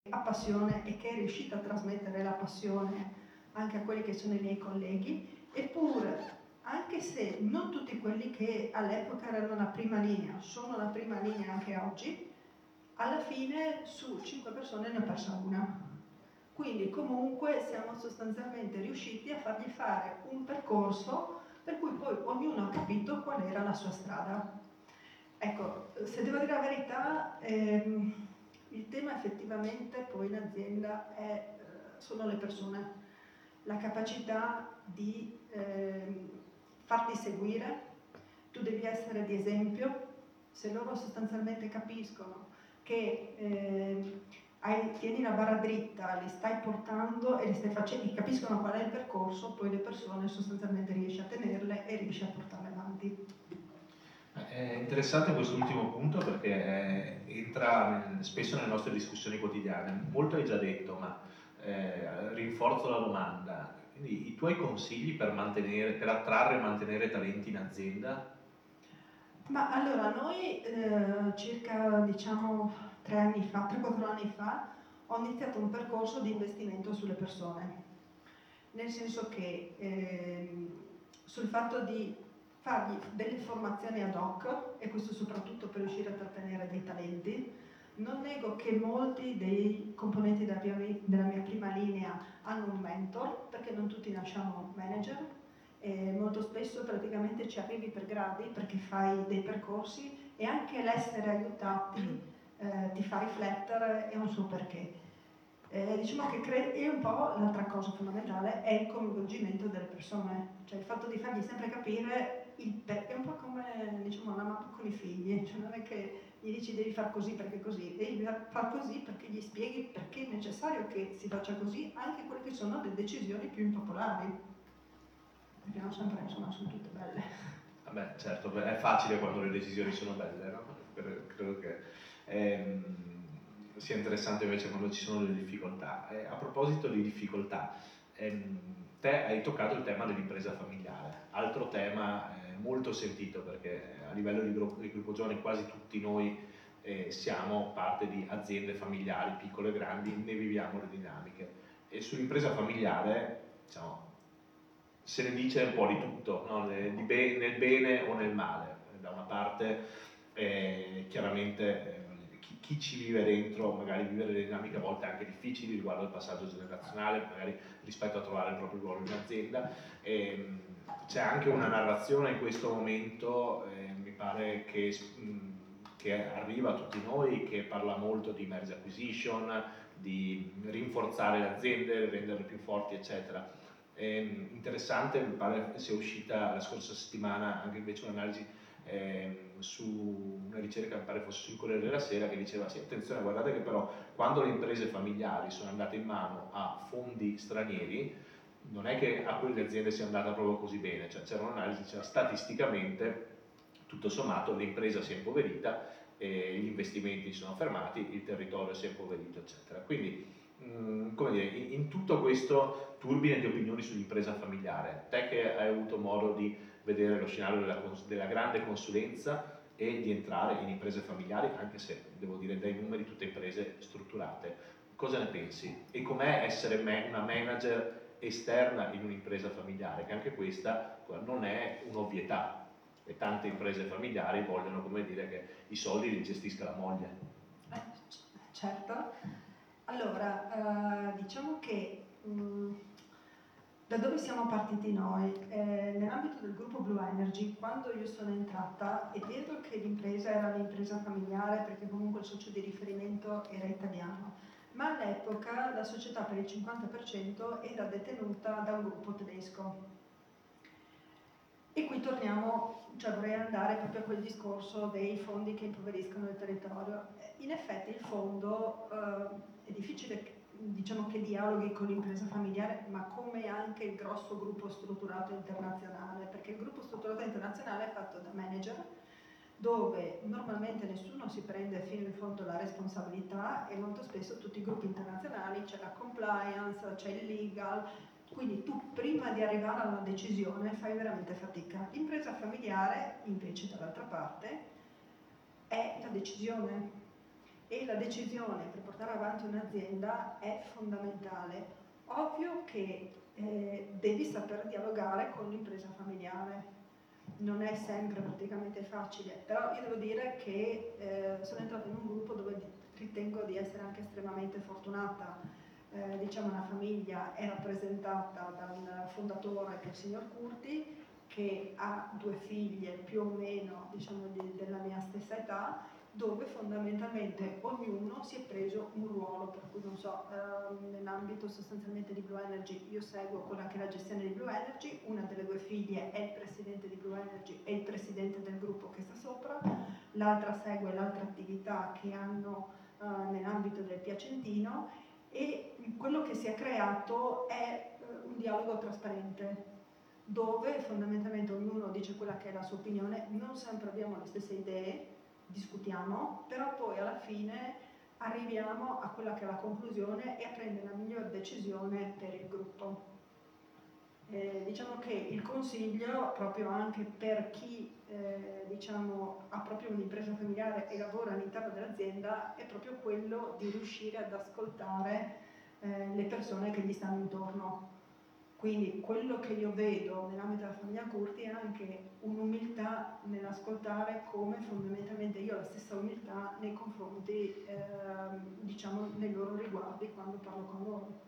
ha passione e che è riuscita a trasmettere la passione anche a quelli che sono i miei colleghi, eppure anche se non tutti quelli che all'epoca erano la prima linea sono la prima linea anche oggi, alla fine su 5 persone ne ho persa una. Quindi comunque siamo sostanzialmente riusciti a fargli fare un percorso per cui poi ognuno ha capito qual era la sua strada. Ecco, se devo dire la verità, il tema effettivamente poi in azienda sono le persone, la capacità di farti seguire, tu devi essere di esempio, se loro sostanzialmente capiscono che tieni la barra dritta, li stai portando e li stai facendo, capiscono qual è il percorso, poi le persone sostanzialmente riesci a tenerle e riesci a portarle avanti. È interessante quest'ultimo punto perché entra spesso nelle nostre discussioni quotidiane. Molto hai già detto, ma rinforzo la domanda. Quindi i tuoi consigli per attrarre e mantenere talenti in azienda? Ma allora, noi circa 3-4 anni fa ho iniziato un percorso di investimento sulle persone, nel senso che sul fatto di fargli delle formazioni ad hoc, e questo soprattutto per riuscire a trattenere dei talenti. Non nego che molti dei componenti della mia prima linea hanno un mentor, perché non tutti nasciamo manager, e molto spesso praticamente ci arrivi per gradi perché fai dei percorsi e anche l'essere aiutati ti fa riflettere e un suo perché. Diciamo che e un po' l'altra cosa fondamentale è il coinvolgimento delle persone, cioè il fatto di fargli sempre capire il perché, è un po' come diciamo una mamma con i figli, cioè non è che gli dici devi far così perché così, devi far così perché gli spieghi perché è necessario che si faccia così, anche quelle che sono le decisioni più impopolari, perché non sempre insomma sono tutte belle. Vabbè, certo, è facile quando le decisioni sono belle, no? Credo che sia interessante invece quando ci sono le difficoltà. A proposito di difficoltà, te hai toccato il tema dell'impresa familiare, altro tema molto sentito perché a livello di gruppo giovani quasi tutti noi siamo parte di aziende familiari, piccole e grandi, ne viviamo le dinamiche. E sull'impresa familiare, diciamo, se ne dice un po' di tutto, no? Nel bene o nel male. Da una parte chiaramente chi ci vive dentro magari vive delle dinamiche a volte anche difficili riguardo al passaggio generazionale, magari rispetto a trovare il proprio ruolo in azienda. C'è anche una narrazione in questo momento, mi pare che arriva a tutti noi, che parla molto di merge acquisition, di rinforzare le aziende, renderle più forti, eccetera. Interessante, mi pare sia uscita la scorsa settimana anche invece un'analisi su una ricerca, mi pare fosse sul Corriere della Sera, che diceva sì, attenzione, guardate che però quando le imprese familiari sono andate in mano a fondi stranieri non è che a quelle aziende sia andata proprio così bene, cioè c'era un'analisi, cioè, statisticamente tutto sommato l'impresa si è impoverita, gli investimenti si sono fermati, il territorio si è impoverito, eccetera. Quindi come dire, in tutto questo turbine di opinioni sull'impresa familiare, te che hai avuto modo di vedere lo scenario della grande consulenza e di entrare in imprese familiari, anche se devo dire dai numeri tutte imprese strutturate, cosa ne pensi? E com'è essere una manager esterna in un'impresa familiare, che anche questa non è un'ovvietà, e tante imprese familiari vogliono, come dire, che i soldi li gestisca la moglie. Certo. Allora, diciamo che da dove siamo partiti noi? Nell'ambito del gruppo Blue Energy, quando io sono entrata, è vero che l'impresa era un'impresa familiare perché comunque il socio di riferimento era italiano, ma all'epoca la società per il 50% era detenuta da un gruppo tedesco. E qui torniamo, cioè vorrei andare proprio a quel discorso dei fondi che impoveriscono il territorio. In effetti il fondo è difficile, diciamo, che dialoghi con l'impresa familiare, ma come anche il grosso gruppo strutturato internazionale, perché il gruppo strutturato internazionale è fatto da manager, dove normalmente nessuno si prende fino in fondo la responsabilità e molto spesso tutti i gruppi internazionali c'è la compliance, c'è il legal, quindi tu prima di arrivare a una decisione fai veramente fatica. L'impresa familiare invece dall'altra parte è la decisione e la decisione per portare avanti un'azienda è fondamentale. Ovvio che devi saper dialogare con l'impresa familiare, non è sempre praticamente facile, però io devo dire che sono entrata in un gruppo dove ritengo di essere anche estremamente fortunata. Diciamo, una famiglia è rappresentata dal fondatore, che è il signor Curti, che ha 2 figlie più o meno, diciamo, della mia stessa età, dove fondamentalmente ognuno si è preso un ruolo, per cui non so, nell'ambito sostanzialmente di Blue Energy io seguo quella che è la gestione di Blue Energy, una delle 2 figlie è il presidente di Blue Energy e il presidente del gruppo che sta sopra, l'altra segue l'altra attività che hanno nell'ambito del Piacentino, e quello che si è creato è un dialogo trasparente, dove fondamentalmente ognuno dice quella che è la sua opinione, non sempre abbiamo le stesse idee, discutiamo, però poi alla fine arriviamo a quella che è la conclusione e a prendere la miglior decisione per il gruppo. Diciamo che il consiglio, proprio anche per chi diciamo, ha proprio un'impresa familiare e lavora all'interno dell'azienda, è proprio quello di riuscire ad ascoltare le persone che gli stanno intorno. Quindi quello che io vedo nell'ambito della famiglia Curti è anche un'umiltà nell'ascoltare, come fondamentalmente io ho la stessa umiltà nei confronti, diciamo, nei loro riguardi quando parlo con loro.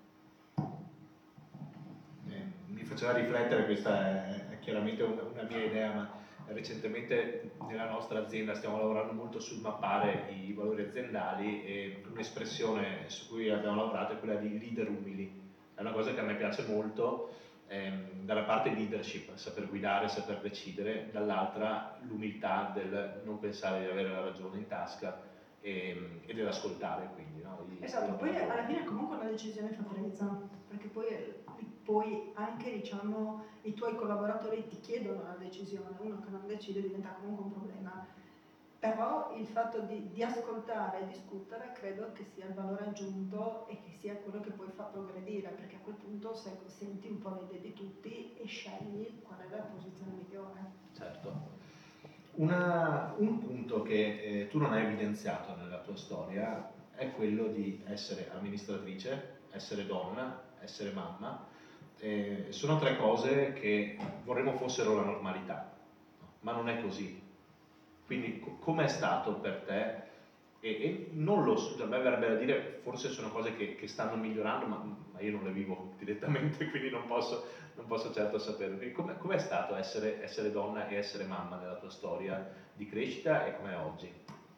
Mi faceva riflettere, questa è chiaramente una mia idea, ma recentemente nella nostra azienda stiamo lavorando molto sul mappare i valori aziendali, e un'espressione su cui abbiamo lavorato è quella di leader umili. È una cosa che a me piace molto, dalla parte leadership, saper guidare, saper decidere, dall'altra l'umiltà del non pensare di avere la ragione in tasca e dell'ascoltare, quindi, no? Esatto, poi alla fine comunque una decisione fa presa, perché poi anche, diciamo, i tuoi collaboratori ti chiedono la decisione, uno che non decide diventa comunque un problema. Però il fatto di ascoltare e discutere credo che sia il valore aggiunto e che sia quello che poi fa progredire, perché a quel punto senti un po' le idee di tutti e scegli qual è la posizione migliore. Certo. Un punto che tu non hai evidenziato nella tua storia è quello di essere amministratrice, essere donna, essere mamma. Sono 3 cose che vorremmo fossero la normalità, ma non è così. Quindi com'è stato per te? E non lo so, a me verrebbe da dire, forse sono cose che stanno migliorando, ma io non le vivo direttamente, quindi non posso certo sapere. Com'è stato essere donna e essere mamma nella tua storia di crescita, e com'è oggi?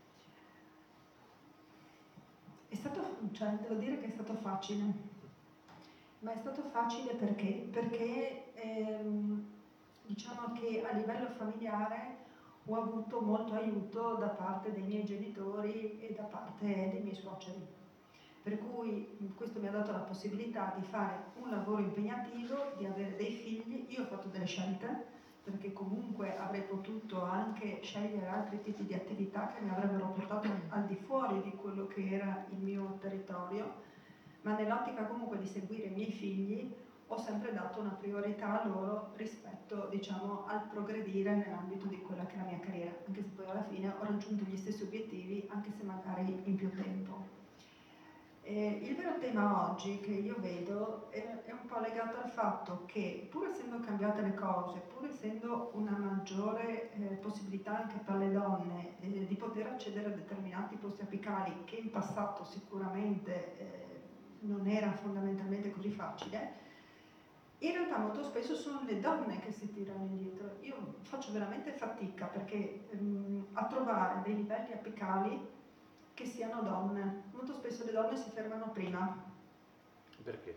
È stato, cioè, devo dire che è stato facile, ma è stato facile perché diciamo che a livello familiare ho avuto molto aiuto da parte dei miei genitori e da parte dei miei suoceri. Per cui questo mi ha dato la possibilità di fare un lavoro impegnativo, di avere dei figli. Io ho fatto delle scelte, perché comunque avrei potuto anche scegliere altri tipi di attività che mi avrebbero portato al di fuori di quello che era il mio territorio, ma nell'ottica comunque di seguire i miei figli ho sempre dato una priorità a loro rispetto, diciamo, al progredire nell'ambito di quella che è la mia carriera, anche se poi alla fine ho raggiunto gli stessi obiettivi, anche se magari in più tempo. Il vero tema oggi che io vedo è un po' legato al fatto che, pur essendo cambiate le cose, pur essendo una maggiore possibilità anche per le donne di poter accedere a determinati posti apicali, che in passato sicuramente non era fondamentalmente così facile, in realtà molto spesso sono le donne che si tirano indietro. Io faccio veramente fatica perché a trovare dei livelli apicali che siano donne. Molto spesso le donne si fermano prima. Perché?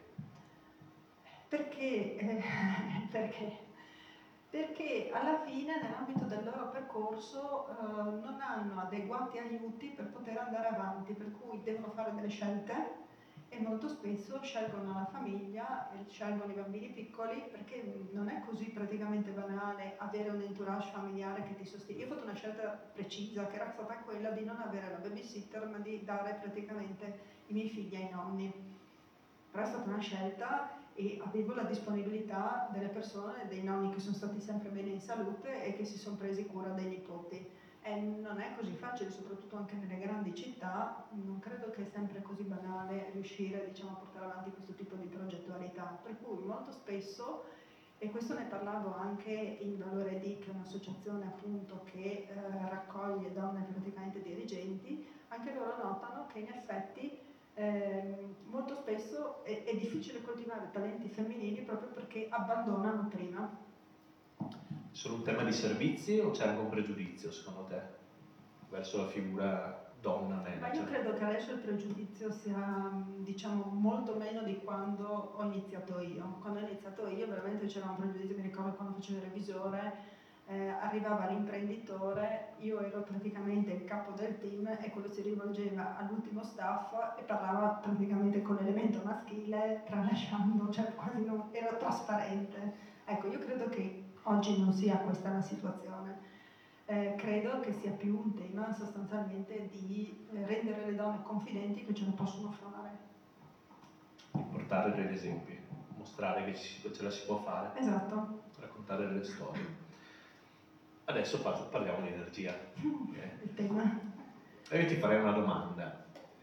Perché alla fine nell'ambito del loro percorso non hanno adeguati aiuti per poter andare avanti, per cui devono fare delle scelte e molto spesso scelgono la famiglia e scelgono i bambini piccoli, perché non è così praticamente banale avere un entourage familiare che ti sostiene. Io ho fatto una scelta precisa, che era stata quella di non avere la babysitter, ma di dare praticamente i miei figli ai nonni. Però è stata una scelta e avevo la disponibilità delle persone, dei nonni che sono stati sempre bene in salute e che si sono presi cura dei nipoti. non è così facile, soprattutto anche nelle grandi città. Non credo che è sempre così banale riuscire, diciamo, a portare avanti questo tipo di progettualità, per cui molto spesso, e questo ne parlavo anche in Valore D, che è un'associazione appunto che raccoglie donne praticamente dirigenti, anche loro notano che in effetti molto spesso è difficile coltivare talenti femminili proprio perché abbandonano prima. Solo un tema di servizi o c'è anche un pregiudizio secondo te verso la figura donna manager? Ma io credo che adesso il pregiudizio sia, diciamo, molto meno di quando ho iniziato io. Quando ho iniziato io veramente c'era un pregiudizio, mi ricordo quando facevo il revisore, arrivava l'imprenditore, io ero praticamente il capo del team e quello si rivolgeva all'ultimo staff e parlava praticamente con l'elemento maschile, tralasciando, cioè quasi non ero trasparente. Ecco, io credo che oggi non sia questa la situazione. Credo che sia più un tema sostanzialmente di rendere le donne confidenti che ce la possono fare. Portare degli esempi, mostrare che ce la si può fare. Esatto. Raccontare delle storie. Adesso parliamo di energia. Il tema. E io ti farei una domanda.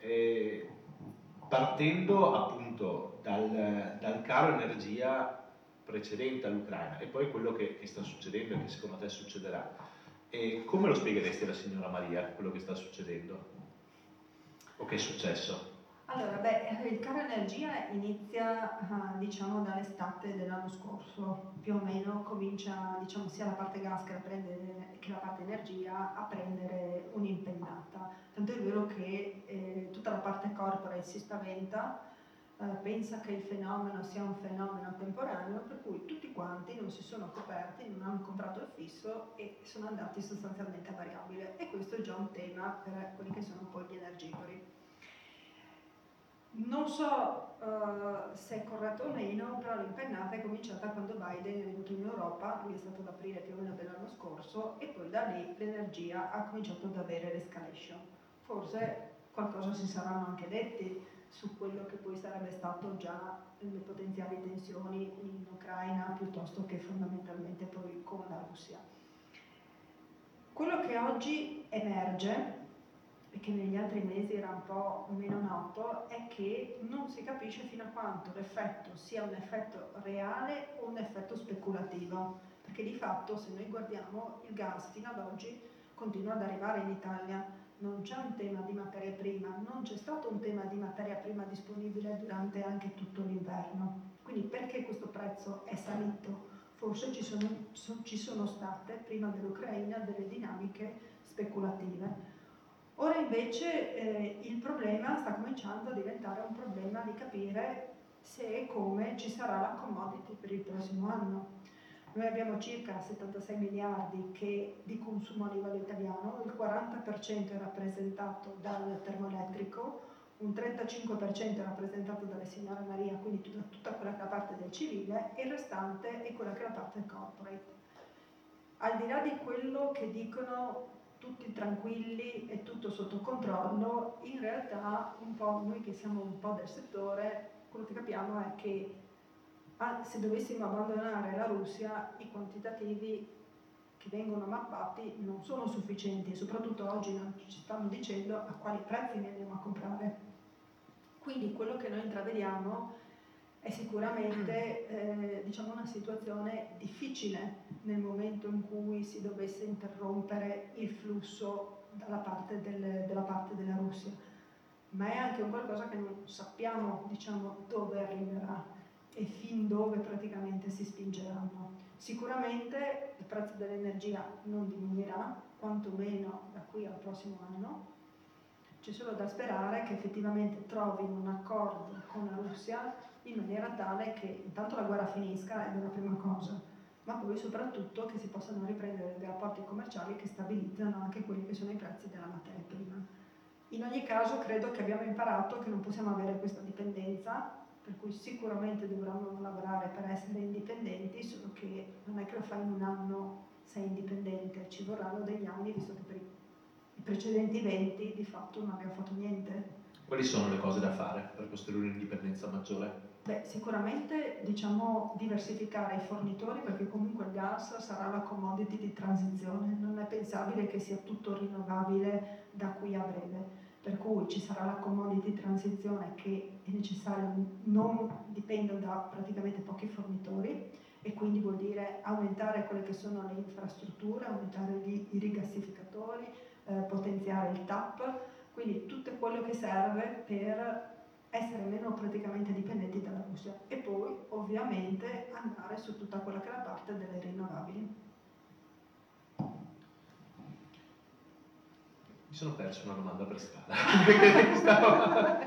Partendo appunto dal caro energia precedente all'Ucraina e poi quello che sta succedendo e che secondo te succederà, come lo spiegheresti alla signora Maria quello che sta succedendo? O che è successo? Allora, il caro energia inizia diciamo dall'estate dell'anno scorso, più o meno comincia, diciamo, sia la parte gas che la parte energia a prendere un'impennata. Tanto è vero che tutta la parte corporate si spaventa, pensa che il fenomeno sia un fenomeno temporaneo, per cui tutti quanti non si sono coperti, non hanno comprato il fisso e sono andati sostanzialmente a variabile, e questo è già un tema per quelli che sono un po' gli energivori. Non so se è corretto o meno, però l'impennata è cominciata quando Biden è venuto in Europa, lui è stato ad aprile più o meno dell'anno scorso, e poi da lì l'energia ha cominciato ad avere l'escalation. Forse qualcosa si saranno anche detti su quello che poi sarebbe stato già le potenziali tensioni in Ucraina, piuttosto che fondamentalmente poi con la Russia. Quello che oggi emerge, e che negli altri mesi era un po' meno noto, è che non si capisce fino a quanto l'effetto sia un effetto reale o un effetto speculativo, perché di fatto, se noi guardiamo, il gas fino ad oggi continua ad arrivare in Italia, non c'è un tema di materia prima, non c'è stato un tema di materia prima disponibile durante anche tutto l'inverno. Quindi perché questo prezzo è salito? Forse ci sono state, prima dell'Ucraina, delle dinamiche speculative. Ora invece il problema sta cominciando a diventare un problema di capire se e come ci sarà la commodity per il prossimo anno. Noi abbiamo circa 76 miliardi di consumo a livello italiano, il 40% è rappresentato dal termoelettrico, un 35% è rappresentato dalle signore Maria, quindi tutta quella che è la parte del civile, e il restante è quella che è la parte del corporate. Al di là di quello che dicono tutti tranquilli e tutto sotto controllo, in realtà un po' noi che siamo un po' del settore, quello che capiamo è che se dovessimo abbandonare la Russia, i quantitativi che vengono mappati non sono sufficienti, e soprattutto oggi non ci stanno dicendo a quali prezzi ne andiamo a comprare. Quindi quello che noi intravediamo è sicuramente diciamo una situazione difficile nel momento in cui si dovesse interrompere il flusso dalla parte della Russia, ma è anche un qualcosa che non sappiamo, diciamo, dove arriverà e fin dove praticamente si spingeranno. Sicuramente il prezzo dell'energia non diminuirà, quantomeno da qui al prossimo anno. C'è solo da sperare che effettivamente trovino un accordo con la Russia in maniera tale che intanto la guerra finisca, è la prima cosa, ma poi soprattutto che si possano riprendere dei rapporti commerciali che stabilizzano anche quelli che sono i prezzi della materia prima. In ogni caso credo che abbiamo imparato che non possiamo avere questa dipendenza, per cui sicuramente dovranno lavorare per essere indipendenti, solo che non è che lo fai in un anno sei indipendente, ci vorranno degli anni, visto che per i precedenti 20 di fatto non abbiamo fatto niente. Quali sono le cose da fare per costruire un'indipendenza maggiore? Beh, sicuramente diciamo diversificare i fornitori, perché comunque il gas sarà la commodity di transizione, non è pensabile che sia tutto rinnovabile da qui a breve, per cui ci sarà la commodity di transizione che è necessario, non dipende da praticamente pochi fornitori, e quindi vuol dire aumentare quelle che sono le infrastrutture, aumentare i rigassificatori, potenziare il TAP, quindi tutto quello che serve per essere meno praticamente dipendenti dalla Russia, e poi ovviamente andare su tutta quella che è la parte delle rinnovabili. Mi sono perso una domanda per strada. Stavo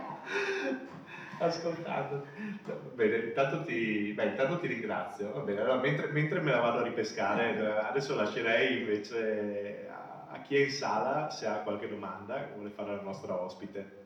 ascoltando. Bene, intanto ti ringrazio. Va bene, allora, mentre me la vado a ripescare, adesso lascerei invece a chi è in sala se ha qualche domanda che vuole fare alla nostra ospite.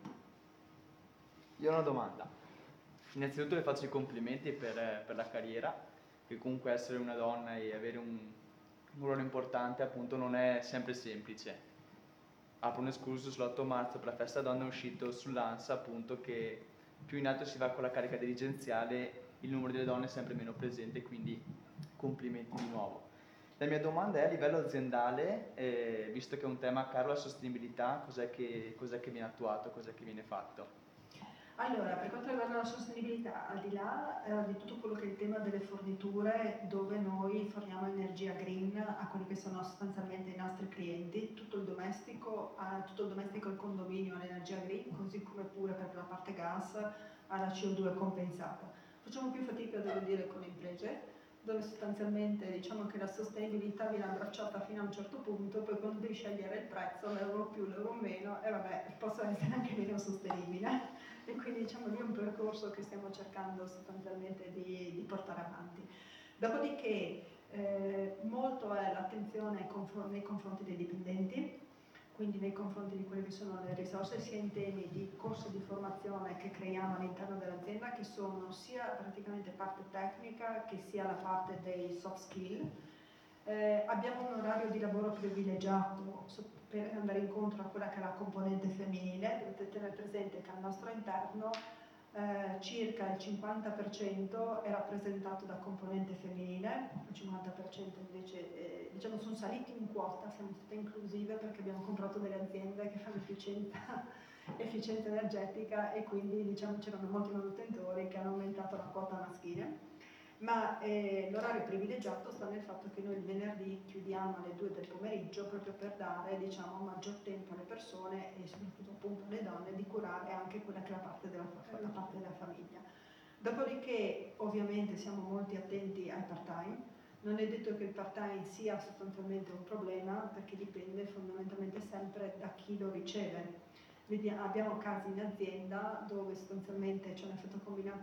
Io ho una domanda. Innanzitutto le faccio i complimenti per la carriera, che comunque essere una donna e avere un ruolo importante appunto non è sempre semplice. Apro un escursus sull'8 marzo per la festa donna, è uscito sull'ANSA appunto che più in alto si va con la carica dirigenziale il numero delle donne è sempre meno presente, quindi complimenti di nuovo. La mia domanda è a livello aziendale, visto che è un tema caro la sostenibilità, cos'è che viene attuato, cos'è che viene fatto? Allora, per quanto riguarda la sostenibilità, al di là di tutto quello che è il tema delle forniture, dove noi forniamo energia green a quelli che sono sostanzialmente i nostri clienti, tutto il domestico e il condominio all'energia green, così come pure per la parte gas alla CO2 compensata. Facciamo più fatica, devo dire, con le imprese, dove sostanzialmente diciamo che la sostenibilità viene abbracciata fino a un certo punto, poi quando devi scegliere il prezzo, l'euro più, l'euro meno, e vabbè, posso essere anche meno sostenibile. E quindi diciamo lì è un percorso che stiamo cercando sostanzialmente di portare avanti. Dopodiché molto è l'attenzione nei confronti dei dipendenti, quindi nei confronti di quelle che sono le risorse, sia in temi di corsi di formazione che creiamo all'interno dell'azienda, che sono sia praticamente parte tecnica che sia la parte dei soft skill. Abbiamo un orario di lavoro privilegiato per andare incontro a quella che è la componente femminile. Dovete tenere presente che al nostro interno circa il 50% è rappresentato da componente femminile, il 50% invece diciamo sono saliti in quota, siamo state inclusive perché abbiamo comprato delle aziende che fanno efficienza energetica, e quindi diciamo c'erano molti manutentori che hanno aumentato la quota maschile. Ma l'orario privilegiato sta nel fatto che noi il venerdì chiudiamo alle 2 del pomeriggio, proprio per dare diciamo maggior tempo alle persone e soprattutto appunto alle donne di curare anche quella che è la parte della famiglia. Dopodiché ovviamente siamo molto attenti ai part-time. Non è detto che il part-time sia sostanzialmente un problema, perché dipende fondamentalmente sempre da chi lo riceve. Abbiamo casi in azienda dove sostanzialmente c'è un effetto combinato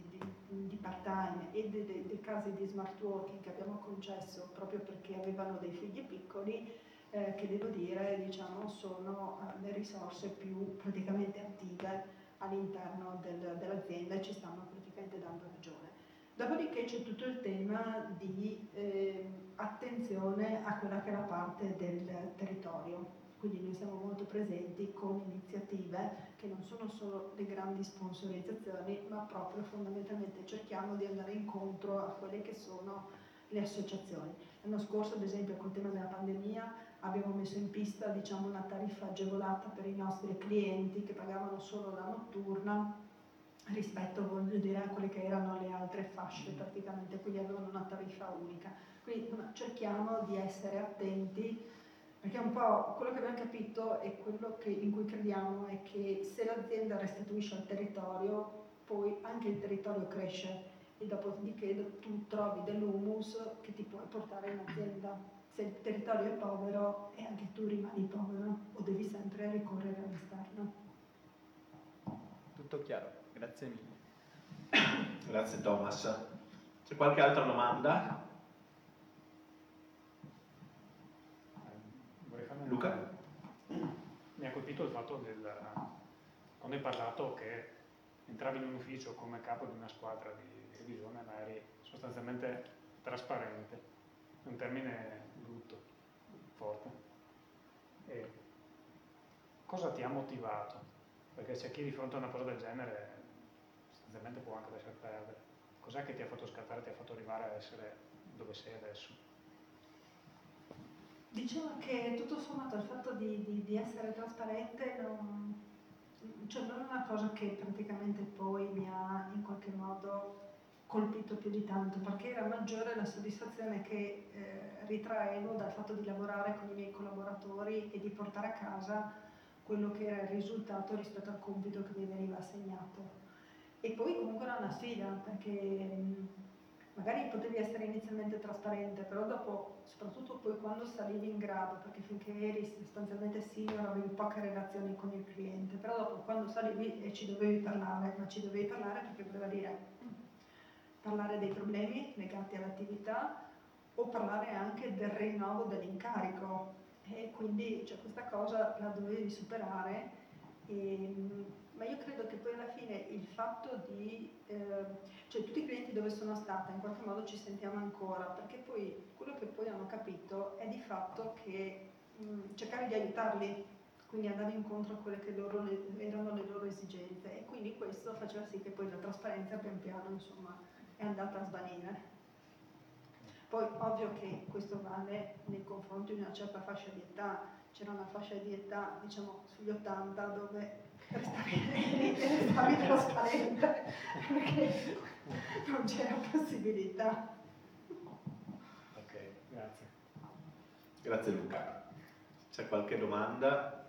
di part-time e dei casi di smart working che abbiamo concesso proprio perché avevano dei figli piccoli, che devo dire diciamo, sono le risorse più praticamente attive all'interno dell'azienda e ci stanno praticamente dando ragione. Dopodiché c'è tutto il tema di attenzione a quella che è la parte del territorio. Quindi noi siamo molto presenti con iniziative che non sono solo le grandi sponsorizzazioni, ma proprio fondamentalmente cerchiamo di andare incontro a quelle che sono le associazioni. L'anno scorso, ad esempio, col tema della pandemia, abbiamo messo in pista diciamo, una tariffa agevolata per i nostri clienti che pagavano solo la notturna rispetto, voglio dire, a quelle che erano le altre fasce praticamente, quindi avevano una tariffa unica. Quindi cerchiamo di essere attenti, perché un po' quello che abbiamo capito e quello in cui crediamo è che se l'azienda restituisce al territorio, poi anche il territorio cresce e dopodiché tu trovi dell'humus che ti puoi portare in azienda. Se il territorio è povero e anche tu rimani povero o devi sempre ricorrere all'esterno. Tutto chiaro, grazie mille. Grazie Thomas. C'è qualche altra domanda? Luca? Mi ha colpito il fatto quando hai parlato che entravi in un ufficio come capo di una squadra di revisione, ma eri sostanzialmente trasparente, è un termine brutto, forte. E cosa ti ha motivato perché c'è chi di fronte a una cosa del genere sostanzialmente può anche lasciar perdere. Cos'è che ti ha fatto scattare, ti ha fatto arrivare a essere dove sei adesso? Diciamo che tutto sommato il fatto di essere trasparente cioè non è una cosa che praticamente poi mi ha in qualche modo colpito più di tanto, perché era maggiore la soddisfazione che ritraevo dal fatto di lavorare con i miei collaboratori e di portare a casa quello che era il risultato rispetto al compito che mi veniva assegnato. E poi comunque era una sfida, perché magari potevi essere inizialmente trasparente, però dopo, soprattutto poi quando salivi in grado, perché finché eri sostanzialmente senior avevi poche relazioni con il cliente, però dopo quando salivi e ci dovevi parlare, ma ci dovevi parlare perché voleva dire parlare dei problemi legati all'attività o parlare anche del rinnovo dell'incarico, e quindi cioè, questa cosa la dovevi superare. Ma io credo che poi alla fine il fatto di, cioè tutti i clienti dove sono stata in qualche modo ci sentiamo ancora, perché poi quello che poi hanno capito è di fatto che cercare di aiutarli, quindi andare incontro a quelle che erano le loro esigenze, e quindi questo faceva sì che poi la trasparenza pian piano insomma è andata a svanire. Poi ovvio che questo vale nei confronti di una certa fascia di età, c'era una fascia di età diciamo sugli 80 dove restavi trasparente perché non c'era possibilità. Ok, grazie. Grazie Luca. C'è qualche domanda?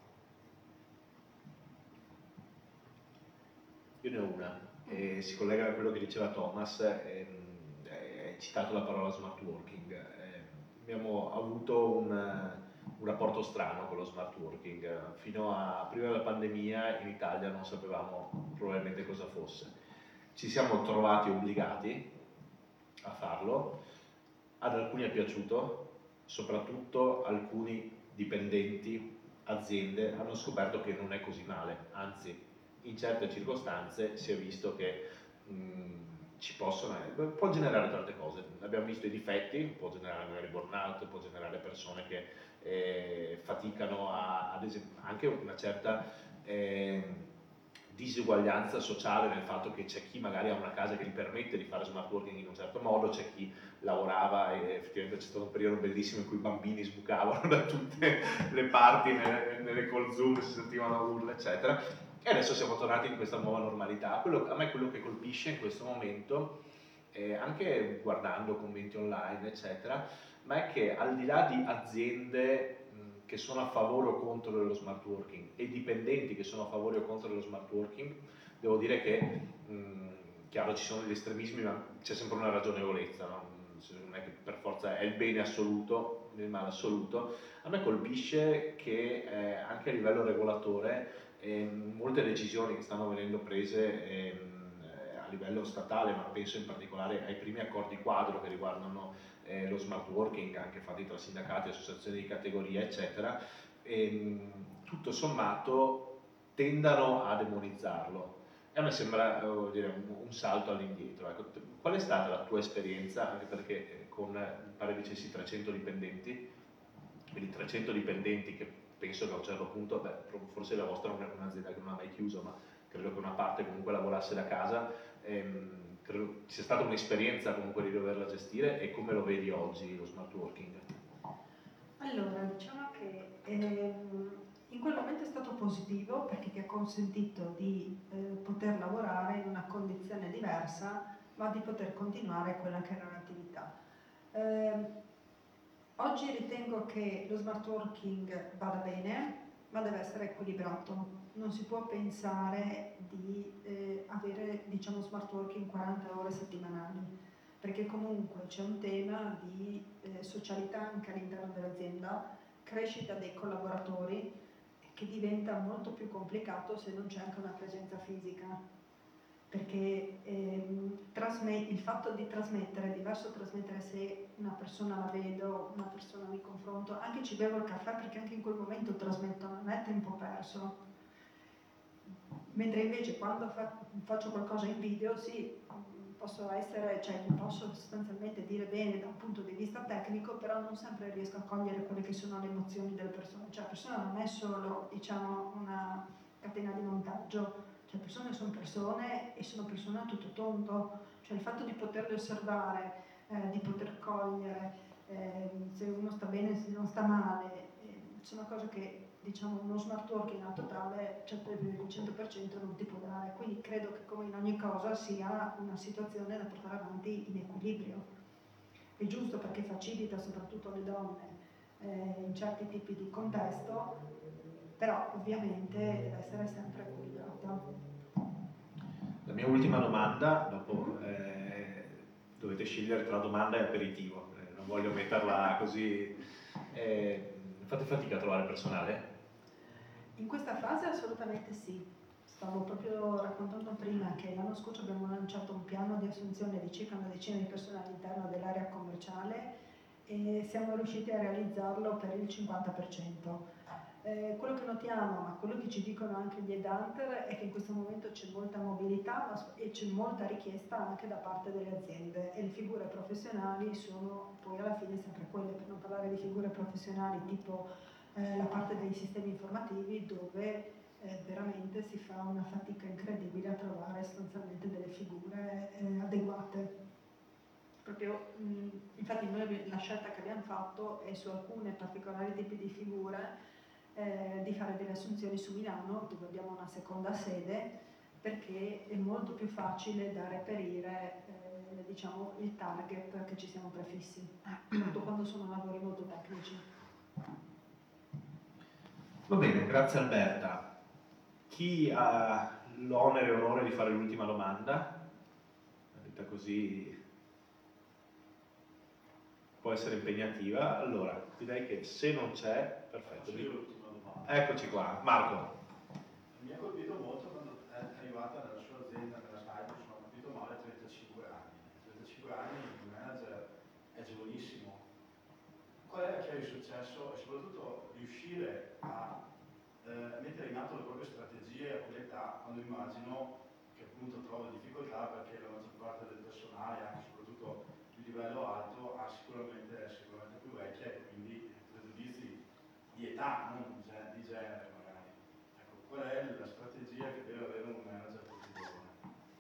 Io ne ho una, si collega a quello che diceva Thomas, hai citato la parola smart working. Abbiamo avuto un rapporto strano con lo smart working. Fino a prima della pandemia in Italia non sapevamo probabilmente cosa fosse. Ci siamo trovati obbligati a farlo, ad alcuni è piaciuto, soprattutto alcuni dipendenti, aziende hanno scoperto che non è così male, anzi in certe circostanze si è visto che può generare tante cose. Abbiamo visto i difetti, può generare magari burnout, può generare persone che faticano ad esempio anche una certa disuguaglianza sociale, nel fatto che c'è chi magari ha una casa che gli permette di fare smart working in un certo modo, c'è chi lavorava e effettivamente c'è stato un periodo bellissimo in cui i bambini sbucavano da tutte le parti nelle call Zoom, si sentivano urla eccetera, e adesso siamo tornati in questa nuova normalità. A me quello che colpisce in questo momento, anche guardando commenti online eccetera, ma è che al di là di aziende che sono a favore o contro dello smart working e dipendenti che sono a favore o contro dello smart working, devo dire che chiaro ci sono gli estremismi, ma c'è sempre una ragionevolezza, no? Non è che per forza è il bene assoluto, il male assoluto. A me colpisce che anche a livello regolatore molte decisioni che stanno venendo prese a livello statale, ma penso in particolare ai primi accordi quadro che riguardano lo smart working, anche fatti tra sindacati, associazioni di categoria eccetera, tutto sommato tendano a demonizzarlo, e a me sembra un salto all'indietro. Ecco, qual è stata la tua esperienza, anche perché con pare dicessi 300 dipendenti, quindi 300 dipendenti che penso che a un certo punto, forse la vostra non è un'azienda che non ha mai chiuso, ma credo che una parte comunque lavorasse da casa, credo sia stata un'esperienza comunque di doverla gestire. E come lo vedi oggi lo smart working? Allora, diciamo che in quel momento è stato positivo perché ti ha consentito di poter lavorare in una condizione diversa, ma di poter continuare quella che era l'attività. Oggi ritengo che lo smart working vada bene, ma deve essere equilibrato. Non si può pensare di avere diciamo smart working 40 ore settimanali, perché comunque c'è un tema di socialità anche all'interno dell'azienda, crescita dei collaboratori, che diventa molto più complicato se non c'è anche una presenza fisica, perché il fatto di trasmettere è diverso trasmettere se una persona la vedo, una persona mi confronto, anche ci bevo il caffè perché anche in quel momento trasmetto, non è tempo perso. Mentre invece quando faccio qualcosa in video, sì, posso sostanzialmente dire bene da un punto di vista tecnico, però non sempre riesco a cogliere quelle che sono le emozioni delle persone. Cioè la persona non è solo, diciamo, una catena di montaggio, cioè persone sono persone e sono persone a tutto tondo, cioè il fatto di poterle osservare, di poter cogliere se uno sta bene, se non sta male, sono cose che diciamo uno smart working a totale, cioè per il 100% non ti può dare, quindi credo che come in ogni cosa sia una situazione da portare avanti in equilibrio. È giusto perché facilita soprattutto le donne in certi tipi di contesto, però ovviamente deve essere sempre equilibrata. La mia ultima domanda, dopo dovete scegliere tra domanda e aperitivo, non voglio metterla così. Fate fatica a trovare personale? In questa fase assolutamente sì. Stavo proprio raccontando prima che l'anno scorso abbiamo lanciato un piano di assunzione di circa una decina di persone all'interno dell'area commerciale e siamo riusciti a realizzarlo per il 50%. Quello che notiamo, ma quello che ci dicono anche gli headhunter, è che in questo momento c'è molta mobilità e c'è molta richiesta anche da parte delle aziende e le figure professionali sono poi alla fine sempre quelle, per non parlare di figure professionali tipo la parte dei sistemi informativi dove veramente si fa una fatica incredibile a trovare sostanzialmente delle figure adeguate. Proprio, infatti noi la scelta che abbiamo fatto è su alcune particolari tipi di figure di fare delle assunzioni su Milano, dove abbiamo una seconda sede, perché è molto più facile da reperire diciamo, il target che ci siamo prefissi, soprattutto quando sono lavori molto tecnici. Va bene, grazie Alberta. Chi ha l'onere e onore di fare l'ultima domanda? Detta così può essere impegnativa. Allora, direi che se non c'è, perfetto. Eccoci qua, Marco. Mi ha colpito molto quando è arrivata nella sua azienda, nella site, se non ho capito male, 35 anni. 35 anni il manager è giovanissimo. Qual è che è il successo e soprattutto riuscire a mettere in atto le proprie strategie a quell'età, quando immagino che appunto trova difficoltà perché la maggior parte del personale, anche soprattutto di livello alto, è sicuramente più vecchia e quindi pregiudizi di età, non di genere magari. Ecco, qual è la strategia che deve avere un manager così giovane?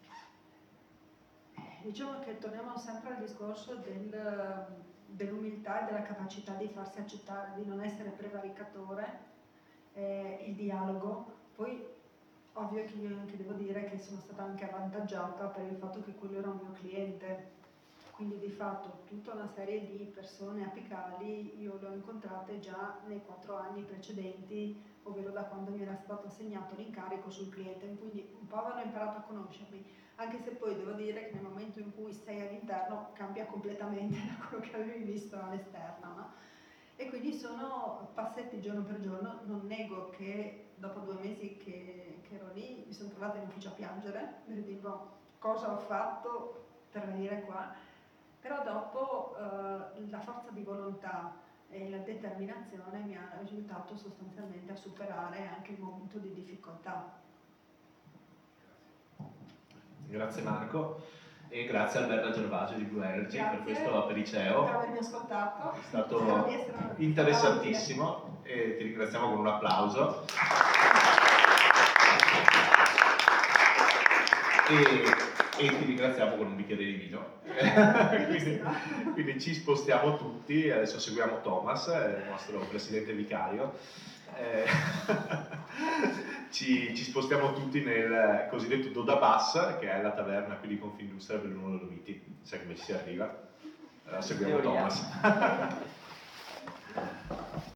Diciamo che torniamo sempre al discorso dell'umiltà e della capacità di farsi accettare, di non essere prevaricatore, il dialogo. Poi ovvio che io anche devo dire che sono stata anche avvantaggiata per il fatto che quello era un mio cliente, quindi di fatto tutta una serie di persone apicali io le ho incontrate già nei 4 anni precedenti, ovvero da quando mi era stato assegnato l'incarico sul cliente, quindi un po' avevano imparato a conoscermi, anche se poi devo dire che nel momento in cui sei all'interno cambia completamente da quello che avevi visto all'esterno, no? E quindi sono passetti giorno per giorno. Non nego che dopo 2 mesi che ero lì mi sono trovata in ufficio a piangere, per dire cosa ho fatto per venire qua, però dopo la forza di volontà e la determinazione mi ha aiutato sostanzialmente a superare anche il momento di difficoltà. Grazie Marco e grazie Alberta Gervasio di Blue Energy per questo apericeo. Per avermi ascoltato. È stato interessantissimo e ti ringraziamo con un applauso. E ti ringraziamo con un bicchiere di vino. quindi ci spostiamo tutti, adesso seguiamo Thomas, il nostro presidente vicario. Ci spostiamo tutti nel cosiddetto Doda Bass, che è la taverna qui di Confindustria per Belluno Dolomiti. Sai come ci si arriva? Allora seguiamo Thomas.